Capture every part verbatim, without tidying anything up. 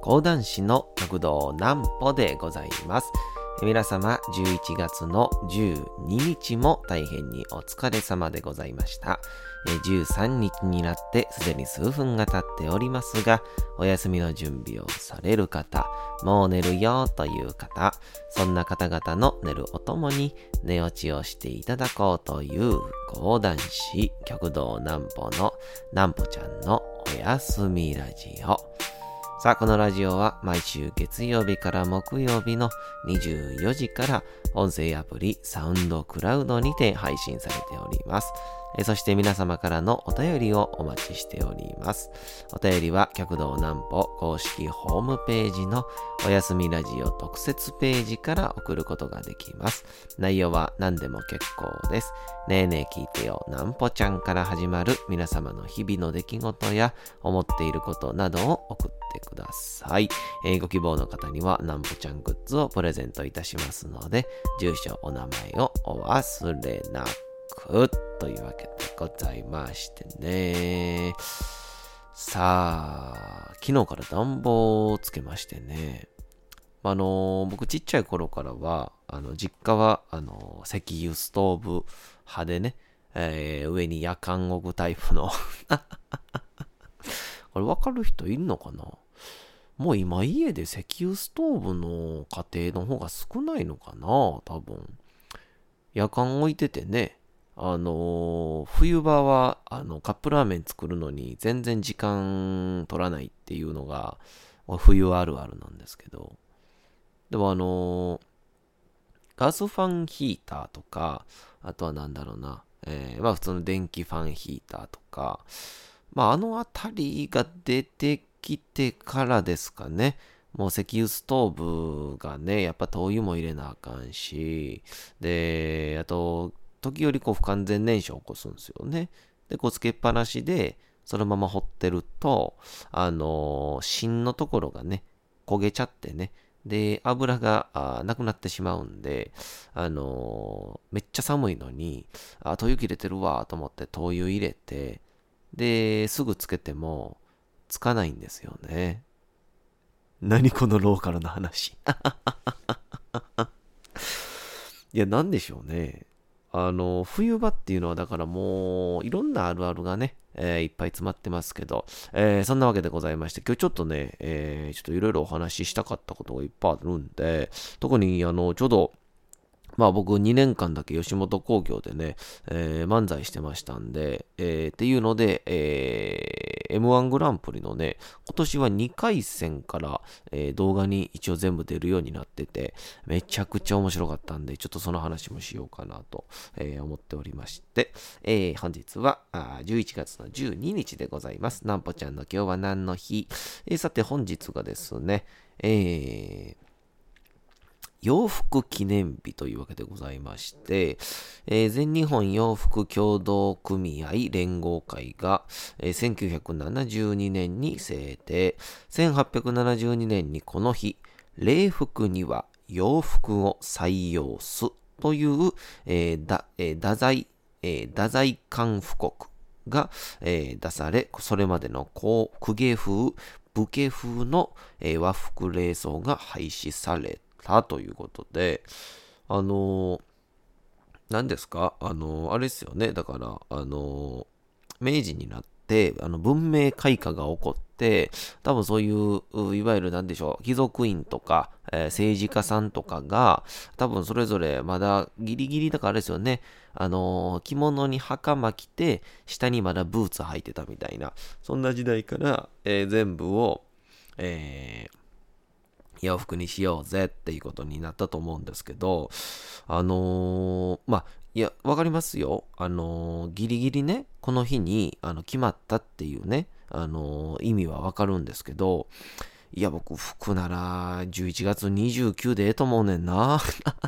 講談師の極道南歩でございます。皆様じゅういちがつのじゅうににちも大変にお疲れ様でございました。じゅうさんにちになってすでに数分が経っておりますが、お休みの準備をされる方、もう寝るよという方、そんな方々の寝るおともに寝落ちをしていただこうという講談師極道南歩の南歩ちゃんのおやすみラジオ。さあ、このラジオは毎週月曜日から木曜日のにじゅうよじから音声アプリサウンドクラウドにて配信されております。えそして皆様からのお便りをお待ちしております。お便りは極道南歩公式ホームページのおやすみラジオ特設ページから送ることができます。内容は何でも結構です。ねえねえ聞いてよ南歩ちゃんから始まる皆様の日々の出来事や思っていることなどを送ってください。えー、ご希望の方には南歩ちゃんグッズをプレゼントいたしますので、住所お名前をお忘れなくというわけでございましてね。さあ、昨日から暖房をつけましてね。あのー、僕ちっちゃい頃からは、あの実家はあのー、石油ストーブ派でね、えー、上に夜間置くタイプのこれ分かる人いるのかな。もう今家で石油ストーブの家庭の方が少ないのかな多分。夜間置いててね、あのー、冬場はあのカップラーメン作るのに全然時間取らないっていうのが冬あるあるなんですけど、でもあのー、ガスファンヒーターとか、あとはなんだろうな、えー、まあ普通の電気ファンヒーターとか、まああのあたりが出てきてからですかね。もう石油ストーブがね、やっぱ灯油も入れなあかんし、で、あと、時折こう不完全燃焼を起こすんですよね。で、こうつけっぱなしで、そのまま掘ってると、あのー、芯のところがね、焦げちゃってね、で、油がなくなってしまうんで、あのー、めっちゃ寒いのに、あ、灯油切れてるわと思って灯油入れて、で、すぐつけても、つかないんですよね。何このローカルな話。いや、なんでしょうね。あの、冬場っていうのはだからもう、いろんなあるあるがね、えー、いっぱい詰まってますけど、えー、そんなわけでございまして、今日ちょっとね、えー、ちょっといろいろお話ししたかったことがいっぱいあるんで、特にあの、ちょうど、まあ僕にねんかんだけ吉本興業でね、えー、漫才してましたんで、えー、っていうので、えー、エムワン グランプリのね、今年はにかい戦から、えー、動画に一応全部出るようになってて、めちゃくちゃ面白かったんで、ちょっとその話もしようかなと、えー、思っておりまして、えー、本日はあじゅういちがつのじゅうににちでございます。なんぽちゃんの今日は何の日、えー、さて本日がですね、えー、洋服記念日というわけでございまして、えー、全日本洋服協同組合連合会が、えー、せんきゅうひゃくななじゅうにねんに制定、せんはっぴゃくななじゅうにねんにこの日、礼服には洋服を採用すという、えーだえー、太宰、えー、太宰官布告が、えー、出され、それまでの公家風、武家風の、えー、和服礼装が廃止されたということで、あのー、何ですかあのー、あれですよね。だから、あのー、明治になって、あの、文明開化が起こって、多分そういう、いわゆる何でしょう、貴族院とか、えー、政治家さんとかが、多分それぞれまだギリギリだからあれですよね。あのー、着物に袴着て、下にまだブーツ履いてたみたいな、そんな時代から、えー、全部を、えー、洋服にしようぜっていうことになったと思うんですけど、あのー、まあ、いや、わかりますよ。あのー、ギリギリね、この日にあの決まったっていうね、あのー、意味はわかるんですけど、いや、僕、服ならじゅういちがつにじゅうくでええと思うねんな。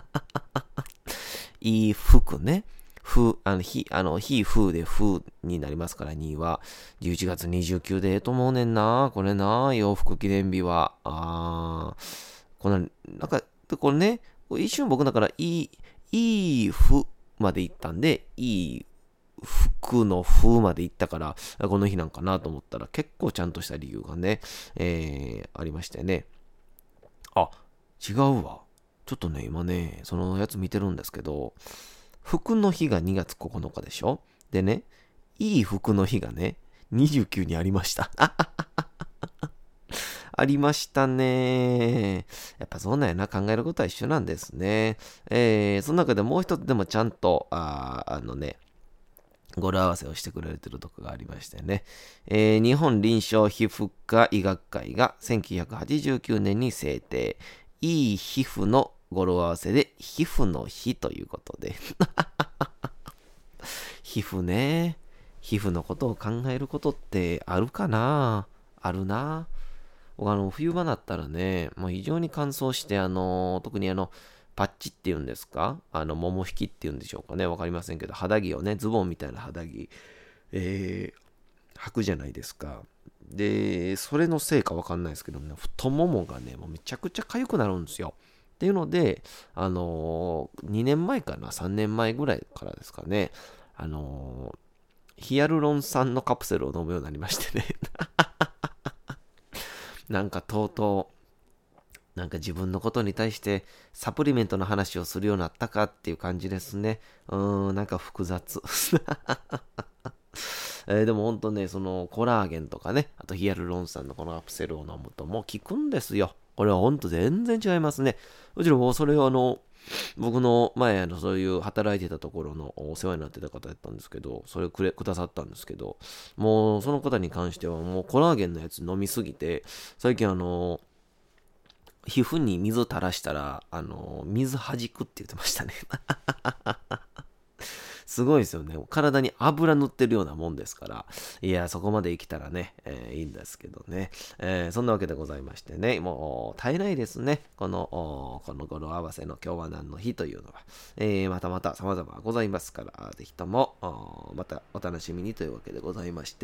いい服ね。風、あの、ひ、あの、ひ、風で風になりますから、には。じゅういちがつにじゅうくでええと思うねんな。これな、洋服記念日は。あー、この、なんか、これね、一瞬僕だから、いい、いいふまで行ったんで、いい服の風まで行ったから、この日なんかなと思ったら、結構ちゃんとした理由がね、えー、ありましてね。あ、違うわ。ちょっとね、今ね、そのやつ見てるんですけど、服の日がにがつここのかでしょ。でね、いい服の日がね、にじゅうくにありました。ありましたね。やっぱそうなんやな。考えることは一緒なんですね。えー、その中でもう一つでもちゃんと、ああのね、語呂合わせをしてくれてるとこがありましてね。えー、日本臨床皮膚科医学会がせんきゅうひゃくはちじゅうきゅうねんに制定。いい皮膚の語呂合わせで、皮膚の日ということで。皮膚ね。皮膚のことを考えることってあるかな？あるな。僕あの、冬場だったらね、もう非常に乾燥して、あの、特にあの、パッチっていうんですか？あの、桃引きっていうんでしょうかね。わかりませんけど、肌着をね、ズボンみたいな肌着、えー、履くじゃないですか。で、それのせいかわかんないですけどね、太ももがね、もうめちゃくちゃ痒くなるんですよ。っていうので、あのー、にねんまえかな、さんねんまえぐらいからですかね、あのー、ヒアルロン酸のカプセルを飲むようになりましてね。なんかとうとう、なんか自分のことに対してサプリメントの話をするようになったかっていう感じですね。うーん、なんか複雑。えーでも本当ね、そのコラーゲンとかね、あとヒアルロン酸のこのカプセルを飲むともう効くんですよ。これは本当全然違いますね。もちろんもうそれはあの、僕の前あのそういう働いてたところのお世話になってた方やったんですけど、それをくれくださったんですけど、もうその方に関してはもうコラーゲンのやつ飲みすぎて、最近あの、皮膚に水垂らしたら、あの、水弾くって言ってましたね。すごいですよね。体に油塗ってるようなもんですから。いや、そこまで生きたらね、えーいいんですけどね。えーそんなわけでございましてね。もう、絶えないですね。この、この語呂合わせの今日は何の日というのは。えーまたまた様々ございますから、ぜひとも、またお楽しみにというわけでございまして。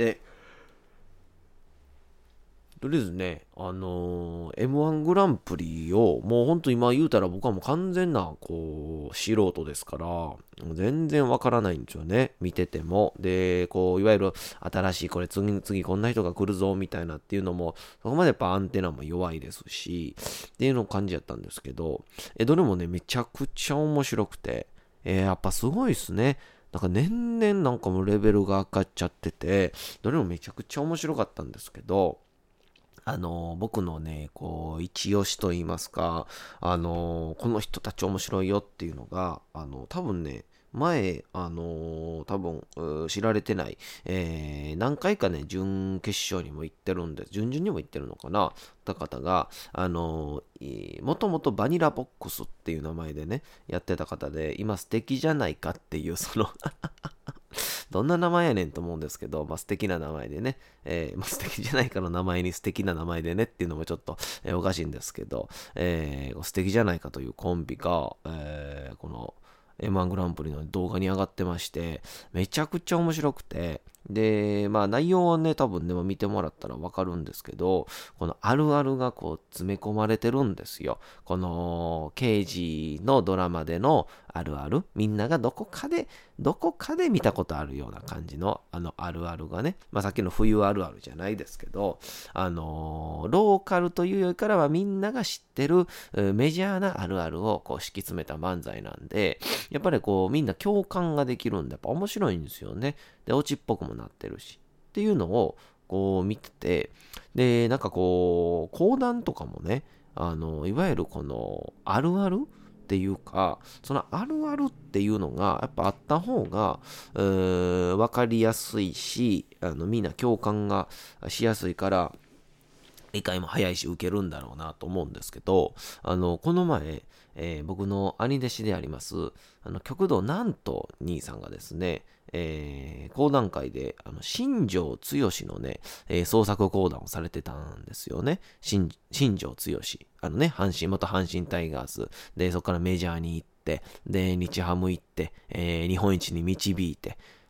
とりあえずね、あのー、エムワン グランプリを、もうほんと今言うたら僕はもう完全な、こう、素人ですから、全然わからないんですよね。見てても。で、こう、いわゆる新しい、これ次、次こんな人が来るぞ、みたいなっていうのも、そこまでやっぱアンテナも弱いですし、っていうのを感じやったんですけど、え、どれもね、めちゃくちゃ面白くて、えーやっぱすごいっすね。なんか年々なんかもうレベルが上がっちゃってて、どれもめちゃくちゃ面白かったんですけど、あの、僕のね、こう、一押しと言いますか、あの、この人たち面白いよっていうのが、あの、多分ね、前、あの多分、う知られてない、えー何回かね、準決勝にも行ってるんです。準々にも行ってるのかなった方が、あのもともとバニラボックスっていう名前でね、やってた方で、今素敵じゃないかっていう、そのどんな名前やねんと思うんですけど、まあ、素敵な名前でね、えーまあ、素敵じゃないかの名前に素敵な名前でねっていうのもちょっと、えーおかしいんですけど、えー素敵じゃないかというコンビが、えーこの エムワン グランプリの動画に上がってまして、めちゃくちゃ面白くて、で、まあ内容はね、多分でも見てもらったらわかるんですけど、このあるあるがこう詰め込まれてるんですよ。この刑事のドラマでのあるある、みんながどこかで、どこかで見たことあるような感じのあのあるあるがね、まあさっきの冬あるあるじゃないですけど、あのーローカルというよりからはみんなが知ってるえーメジャーなあるあるをこう敷き詰めた漫才なんで、やっぱりこうみんな共感ができるんで、やっぱ面白いんですよね。で、オチっぽくもなってるし。っていうのをこう見てて、で、なんかこう、講談とかもね、あの、いわゆるこの、あるあるっていうか、そのあるあるっていうのが、やっぱあった方が、うーわかりやすいし、あの、みんな共感がしやすいから、理解も早いし受けるんだろうなと思うんですけど、あの、この前、えー僕の兄弟子であります、あの、極道南東兄さんがですね、えー講談会で、あの、新庄剛志のね、えー創作講談をされてたんですよね。新新庄剛志。あのね、阪神、元阪神タイガース。で、そこからメジャーに行って、で、日ハム行って、えー日本一に導いて、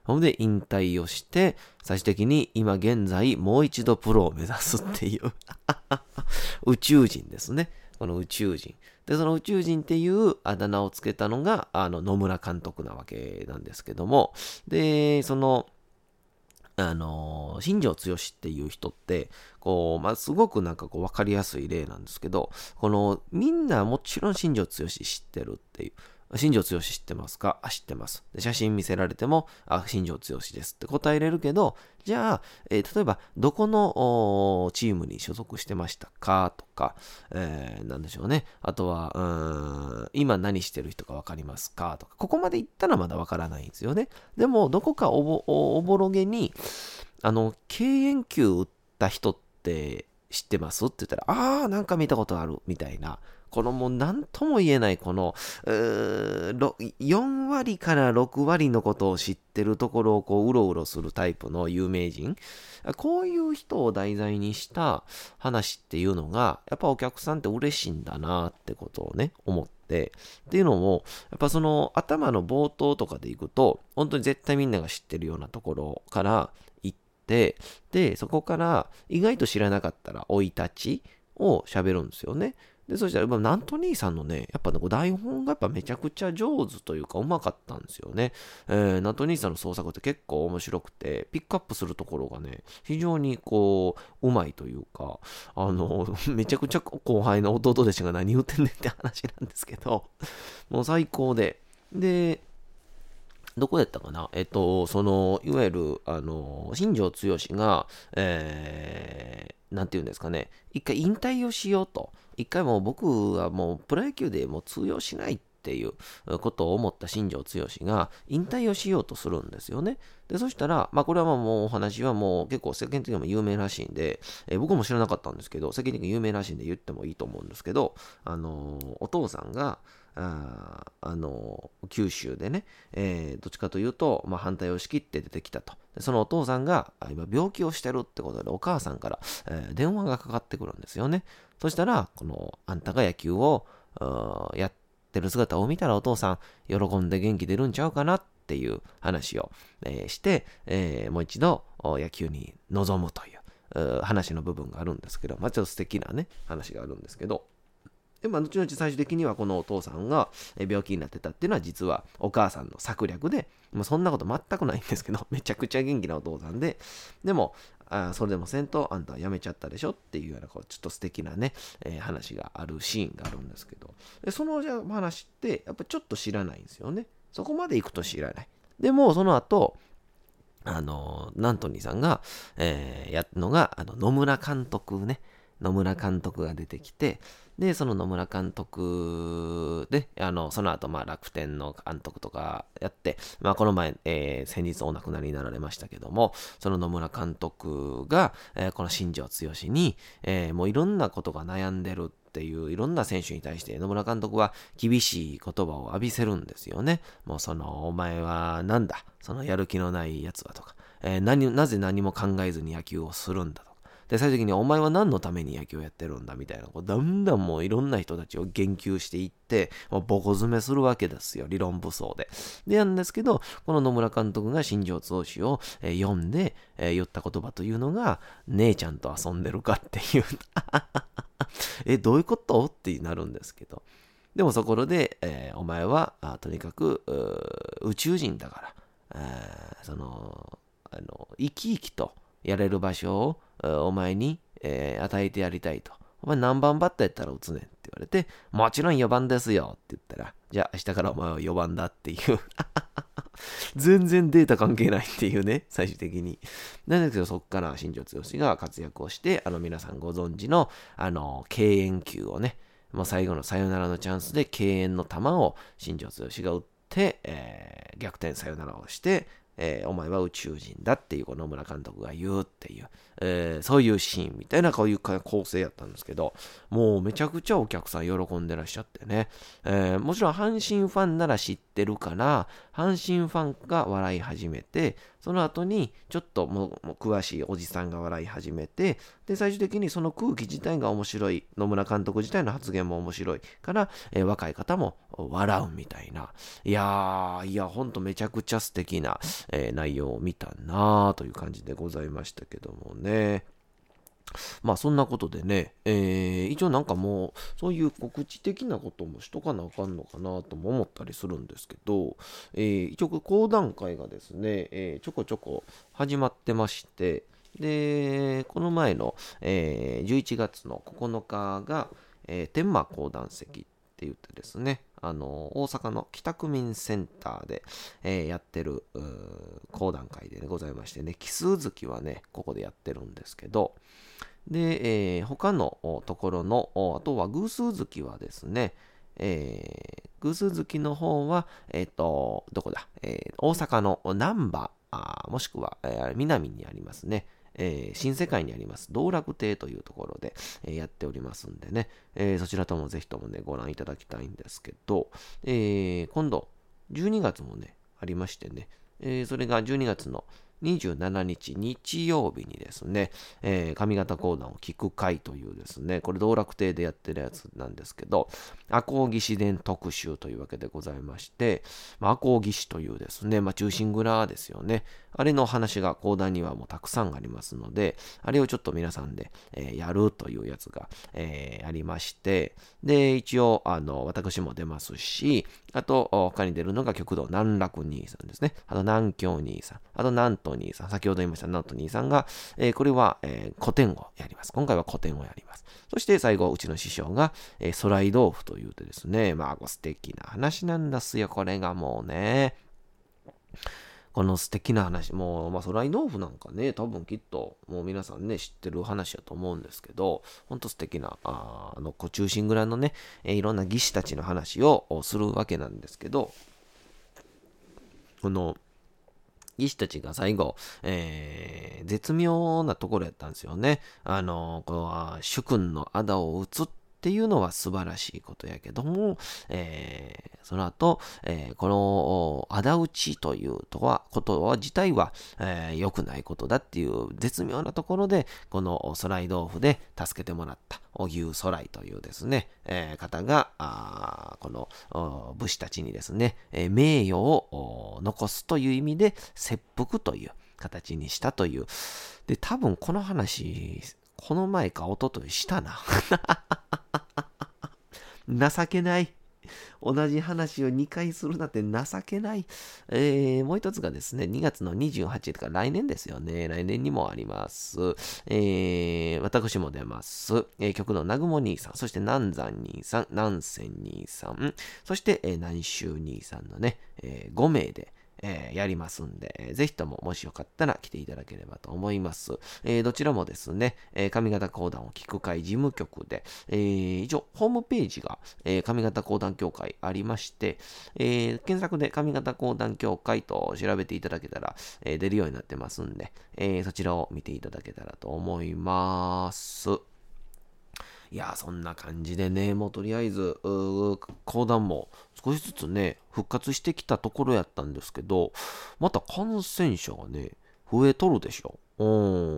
ほんで引退をして、最終的に今現在もう一度プロを目指すっていう宇宙人ですね。この宇宙人。で、その宇宙人っていうあだ名をつけたのが、あの、野村監督なわけなんですけども、で、その、あの、新庄剛志っていう人って、こう、まあ、すごくなんかこう、わかりやすい例なんですけど、この、みんなもちろん新庄剛志知ってるっていう。新庄剛志知ってますか？あ、知ってます。で写真見せられても、あ、新庄剛志ですって答えれるけど、じゃあ、えー例えば、どこのおーチームに所属してましたかとか、えーなんでしょうね。あとは、うーん、今何してる人かわかりますかとか、ここまで行ったらまだわからないんですよね。でも、どこかおぼ、おおぼろげに、あの、敬遠球打った人って知ってますって言ったら、あー、なんか見たことある、みたいな。このもう何とも言えないこのうーろよん割からろく割のことを知ってるところをこううろうろするタイプの有名人、こういう人を題材にした話っていうのがやっぱお客さんって嬉しいんだなってことをね思ってっていうのもやっぱその頭の冒頭とかでいくと本当に絶対みんなが知ってるようなところから行ってでそこから意外と知らなかったら生い立ちを喋るんですよね。で、そしたら、ナント兄さんのね、やっぱね、台本がやっぱめちゃくちゃ上手というか、うまかったんですよね。えー、ナント兄さんの創作って結構面白くて、ピックアップするところがね、非常にこう、うまいというか、あの、めちゃくちゃ後輩の弟弟子が何言ってんねんって話なんですけど、もう最高で。で、どこやったかなえっと、その、いわゆる、あの、新庄剛志が、えー、なんていうんですかね、一回引退をしようと。一回もう僕はもうプロ野球でもう通用しないっていうことを思った新庄剛志が引退をしようとするんですよね。で、そしたら、まあこれはもうお話はもう結構世間的にも有名らしいんで、えー僕も知らなかったんですけど、世間的に有名らしいんで言ってもいいと思うんですけど、あのーお父さんが、ああの九州でね、えーどっちかというと、まあ、反対を仕切って出てきたと。でそのお父さんがあ今病気をしてるってことでお母さんから、えー電話がかかってくるんですよね。そしたら、このあんたが野球をあーやってる姿を見たらお父さん喜んで元気出るんちゃうかなっていう話を、えーして、えーもう一度お野球に臨むというう話の部分があるんですけど、まあ、ちょっと素敵なね話があるんですけど、で、まあ、後々最終的にはこのお父さんが病気になってたっていうのは実はお母さんの策略で、まあ、そんなこと全くないんですけど、めちゃくちゃ元気なお父さんで、でも、あそれでもせんとあんたは辞めちゃったでしょっていうようなこうちょっと素敵なね、えー話があるシーンがあるんですけど、でそのじゃあ話ってやっぱちょっと知らないんですよね。そこまで行くと知らない。でもその後、あの、ナントニーさんが、えーやったのが、あの、野村監督ね。野村監督が出てきて、で、その野村監督で、あの、その後、まあ、楽天の監督とかやって、まあ、この前、えー先日お亡くなりになられましたけども、その野村監督が、えーこの新庄剛志に、えーもういろんなことが悩んでるっていういろんな選手に対して野村監督は厳しい言葉を浴びせるんですよね。もうそのお前はなんだそのやる気のないやつはとか、えー何なぜ何も考えずに野球をするんだとか。で、最終的にお前は何のために野球をやってるんだみたいな、こうだんだんもういろんな人たちを言及していって、もうボコ詰めするわけですよ、理論武装で。で、なんですけど、この野村監督が新庄剛志を、えー読んで、えー言った言葉というのが、姉ちゃんと遊んでるかっていうえ、どういうことってなるんですけど。でもそこで、えーお前はあとにかく宇宙人だから、えーその、あの、生き生きとやれる場所をお前に、えー与えてやりたいと。お前何番バッターやったら打つねんって言われて、もちろんよばんですよって言ったら、じゃあ明日からお前はよばんだっていう全然データ関係ないっていうね、最終的に。なんですけど、そっから新庄剛志が活躍をして、あの皆さんご存知の、あの、敬遠球をね、もう最後のサヨナラのチャンスで敬遠の球を新庄剛志が打って、えー逆転サヨナラをして、えーお前は宇宙人だっていうこの野村監督が言うっていう、えーそういうシーンみたいなこういう構成やったんですけど、もうめちゃくちゃお客さん喜んでらっしゃってね、えーもちろん阪神ファンなら知ってるから、阪神ファンが笑い始めて、 その後にちょっともうもう詳しいおじさんが笑い始めて、で最終的にその空気自体が面白い、野村監督自体の発言も面白いから、えー若い方も笑うみたいな。いやー、いやほんとめちゃくちゃ素敵な、えー内容を見たなーという感じでございましたけどもね。まあそんなことでね、えー一応なんかもうそういう告知的なこともしとかなあかんのかなとも思ったりするんですけど、えー一応講談会がですね、えーちょこちょこ始まってまして、で、この前の、えーじゅういちがつのここのかが、えー天満講談席って言ってですね、あの大阪の北区民センターで、えーやってるうー講談会で、ね、ございましてね、奇数月はね、ここでやってるんですけど、で、えー他のおところの、おあとは偶数月はですね、えー偶数月の方は、えっ、と、どこだ、えー大阪の難波、あーもしくは、えー南にありますね、えー新世界にあります道楽亭というところで、えーやっておりますんでね、えーそちらともぜひともね、ご覧いただきたいんですけど、えー今度、じゅうにがつもね、ありましてね、えーそれがじゅうにがつのにじゅうしちにち日曜日にですね、えー上方講談を聞く会というですね、これ道楽亭でやってるやつなんですけど、赤穂義士伝特集というわけでございまして、まあ、赤穂義士というですね、まあ、忠臣蔵ですよね。あれの話が講談にはもうたくさんありますので、あれをちょっと皆さんで、えーやるというやつが、えーありまして、で、一応、あの、私も出ますし、あと、他に出るのが極道南楽兄さんですね。あと、南京兄さん。あと、南都兄さん。先ほど言いました南都兄さんが、えーこれは、えー古典をやります。今回は古典をやります。そして最後、うちの師匠が、えー、空井豆腐というてですね、まあ、素敵な話なんですよ。これがもうね。この素敵な話、もう、まあ、空井豆腐なんかね、多分きっと、もう皆さんね、知ってる話だと思うんですけど、ほんと素敵な、ああの、こう中心蔵のね、えーいろんな技師たちの話をするわけなんですけど、この、技師たちが最後、えー絶妙なところやったんですよね。あの、この主君の仇を討つっていうのは素晴らしいことやけども、えーその後、えーこの仇討ちというとはことは自体は、えー良くないことだっていう絶妙なところで、この空井豆腐で助けてもらった荻生空井というですね、えー方が、あーこのお武士たちにですね、えー名誉をお残すという意味で切腹という形にしたという。で、多分この話、この前か一昨日したな。情けない。同じ話をにかいするなんて情けない。えーもう一つがですね、にがつのにじゅうはちにちとか来年ですよね。来年にもあります。えー私も出ます。えー曲の南雲兄さん、そして南山兄さん、南仙兄さん、そして、えー南州兄さんのね、えーごめいで、えーやりますんで、えーぜひとももしよかったら来ていただければと思います。えーどちらもですね、えー上方講談を聞く会事務局で、えー一応ホームページが、えー上方講談協会ありまして、えー検索で上方講談協会と調べていただけたら、えー出るようになってますんで、えーそちらを見ていただけたらと思います。いやー、そんな感じでね、もうとりあえず、うー講談も少しずつね、復活してきたところやったんですけど、また感染者がね、増えとるでしょ。うん。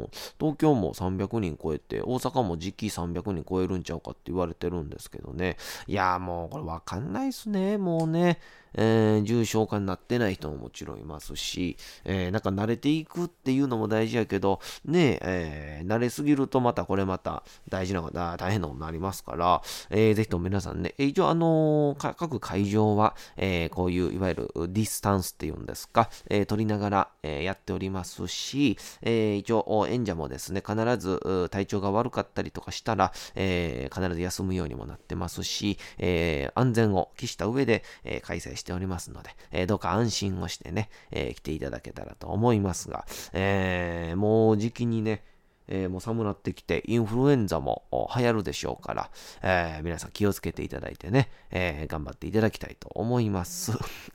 東京もさんびゃくにん超えて、大阪も時期さんびゃくにん超えるんちゃうかって言われてるんですけどね。いやーもうこれわかんないっすね。もうね、えー重症化になってない人ももちろんいますし、えーなんか慣れていくっていうのも大事やけど、ねえ、えー慣れすぎるとまたこれまた大事なことあ大変なことになりますから、えーぜひとも皆さんね、えー一応あのーか各会場は、えーこういういわゆるディスタンスっていうんですか、えー取りながら、えーやっておりますし、えー一応演者もですね、必ずう体調が悪かったりとかしたら、えー必ず休むようにもなってますし、えー安全を期した上で、えー開催しておりますので、えーどうか安心をしてね、えー来ていただけたらと思いますが、えーもう時期にね、えーもう寒なってきて、インフルエンザもお流行るでしょうから、えー皆さん気をつけていただいてね、えー頑張っていただきたいと思います。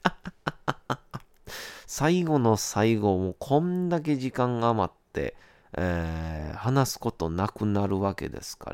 最後の最後、もうこんだけ時間が余って、えー話すことなくなるわけですから、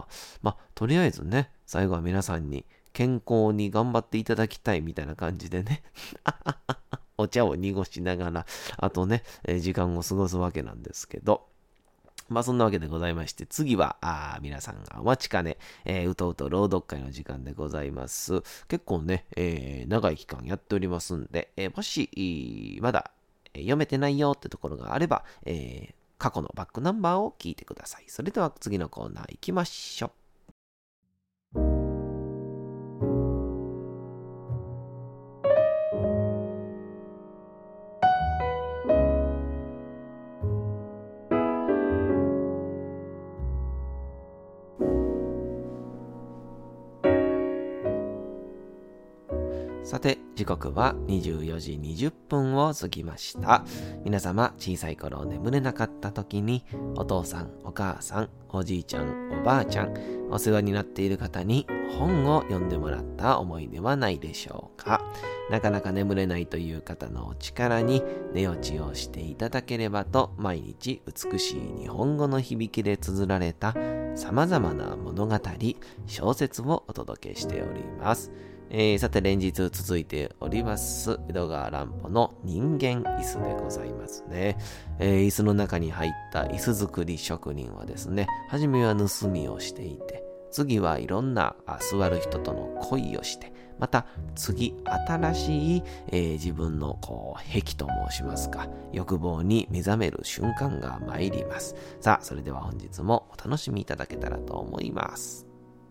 まあ、とりあえずね、最後は皆さんに健康に頑張っていただきたいみたいな感じでね、 お茶を濁しながら、あとね、えー時間を過ごすわけなんですけど、まあそんなわけでございまして、次は、あ皆さんがお待ちかね、えーうとうと朗読会の時間でございます。結構ね、えー長い期間やっておりますんで、えーもし、まだ、えー読めてないよってところがあれば、えー過去のバックナンバーを聞いてください。それでは次のコーナー行きましょう。さて、時刻はにじゅうよじにじゅっぷんを過ぎました。皆様、小さい頃眠れなかった時に、お父さん、お母さん、おじいちゃん、おばあちゃん、お世話になっている方に本を読んでもらった思い出はないでしょうか。なかなか眠れないという方のお力に寝落ちをしていただければと、毎日美しい日本語の響きで綴られた様々な物語、小説をお届けしております。えー、さて連日続いております江戸川乱歩の人間椅子でございますね、えー、椅子の中に入った椅子作り職人はですね、はじめは盗みをしていて、次はいろんな座る人との恋をして、また次新しい、えー、自分のこう癖と申しますか、欲望に目覚める瞬間が参ります。さあそれでは本日もお楽しみいただけたらと思います。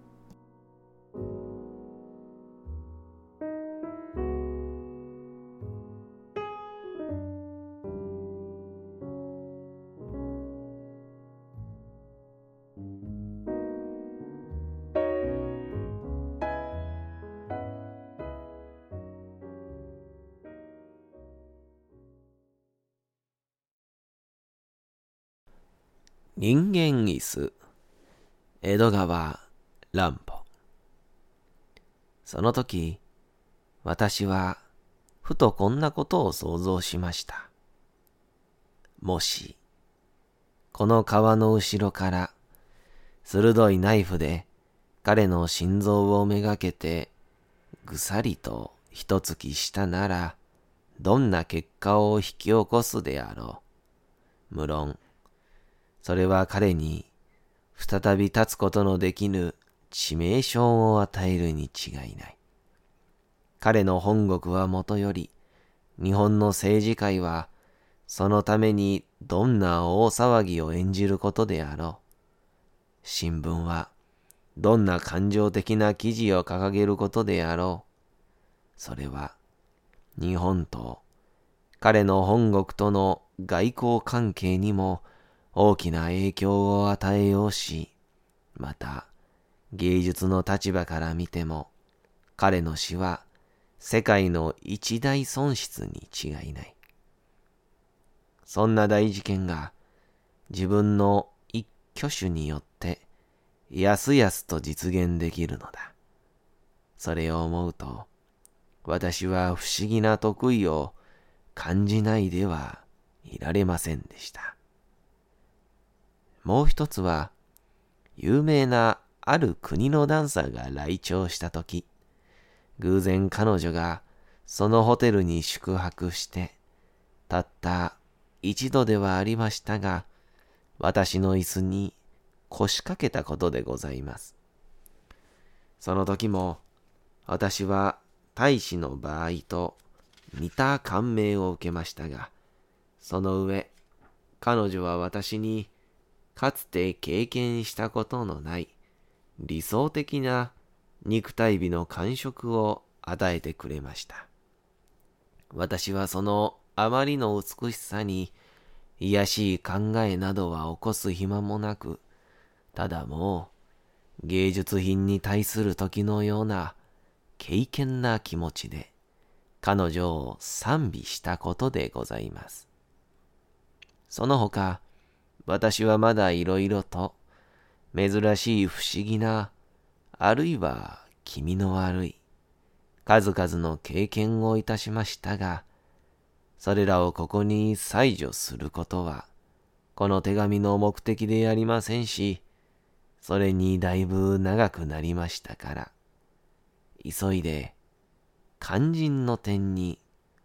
人間椅子、江戸川乱歩。その時、私はふとこんなことを想像しました。もし、この川の後ろから鋭いナイフで彼の心臓をめがけてぐさりと一突きしたなら、どんな結果を引き起こすであろう。無論、それは彼に再び立つことのできぬ致命傷を与えるに違いない。彼の本国はもとより、日本の政治界はそのためにどんな大騒ぎを演じることであろう。新聞はどんな感情的な記事を掲げることであろう。それは日本と彼の本国との外交関係にも大きな影響を与えようし、また芸術の立場から見ても彼の死は世界の一大損失に違いない。そんな大事件が自分の一挙手によってやすやすと実現できるのだ。それを思うと、私は不思議な得意を感じないではいられませんでした。もう一つは、有名なある国のダンサーが来庁したとき、偶然彼女がそのホテルに宿泊して、たった一度ではありましたが、私の椅子に腰掛けたことでございます。その時も、私は大使の場合と似た感銘を受けましたが、その上、彼女は私にかつて経験したことのない理想的な肉体美の感触を与えてくれました。私はそのあまりの美しさに卑しい考えなどは起こす暇もなく、ただもう芸術品に対する時のような敬虔な気持ちで彼女を賛美したことでございます。その他、私はまだいろいろと珍しい不思議な、あるいは気味の悪い数々の経験をいたしましたが、それらをここに採除することはこの手紙の目的でありませんし、それにだいぶ長くなりましたから、急いで肝心の点に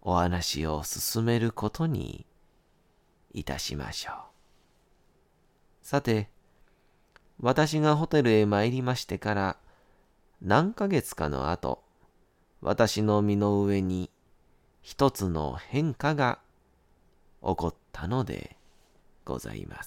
お話を進めることにいたしましょう。さて、私がホテルへ参りましてから何ヶ月かの後、私の身の上に一つの変化が起こったのでございます。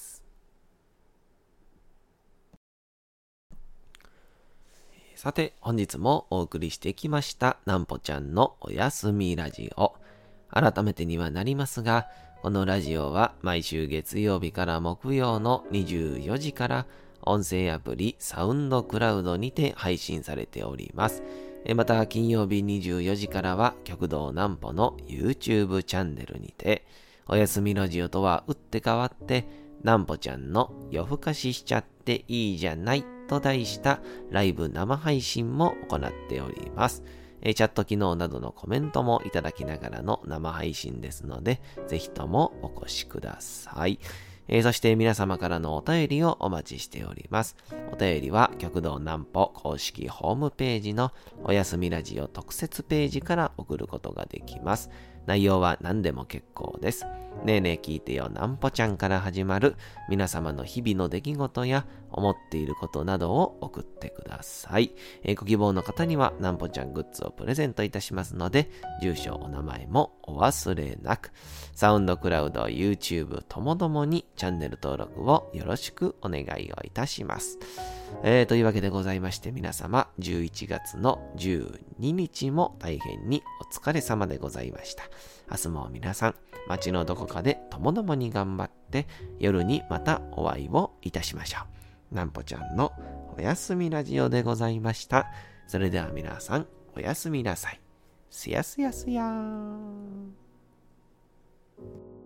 さて、本日もお送りしてきましたなんぽちゃんのおやすみラジオ。改めてにはなりますが、このラジオは毎週月曜日から木曜のにじゅうよじから音声アプリサウンドクラウドにて配信されております。また金曜日にじゅうよじからは極道なんぽの YouTube チャンネルにて、おやすみラジオとは打って変わってなんぽちゃんの夜更かししちゃっていいじゃないと題したライブ生配信も行っております。チャット機能などのコメントもいただきながらの生配信ですので、ぜひともお越しください。えー、そして皆様からのお便りをお待ちしております。お便りは極道南歩公式ホームページのおやすみラジオ特設ページから送ることができます。内容は何でも結構です。ねえねえ聞いてよなんぽちゃんから始まる皆様の日々の出来事や思っていることなどを送ってください。えー、ご希望の方にはなんぽちゃんグッズをプレゼントいたしますので、住所お名前もお忘れなく。サウンドクラウド、YouTube ともどもにチャンネル登録をよろしくお願いをいたします。えー、というわけでございまして皆様じゅういちがつのじゅうににちも大変にお疲れ様でございました。明日も皆さん街のどこかでともどもに頑張って夜にまたお会いをいたしましょう。なんぽちゃんのおやすみラジオでございました。それでは皆さんおやすみなさい。すやすやすやーん。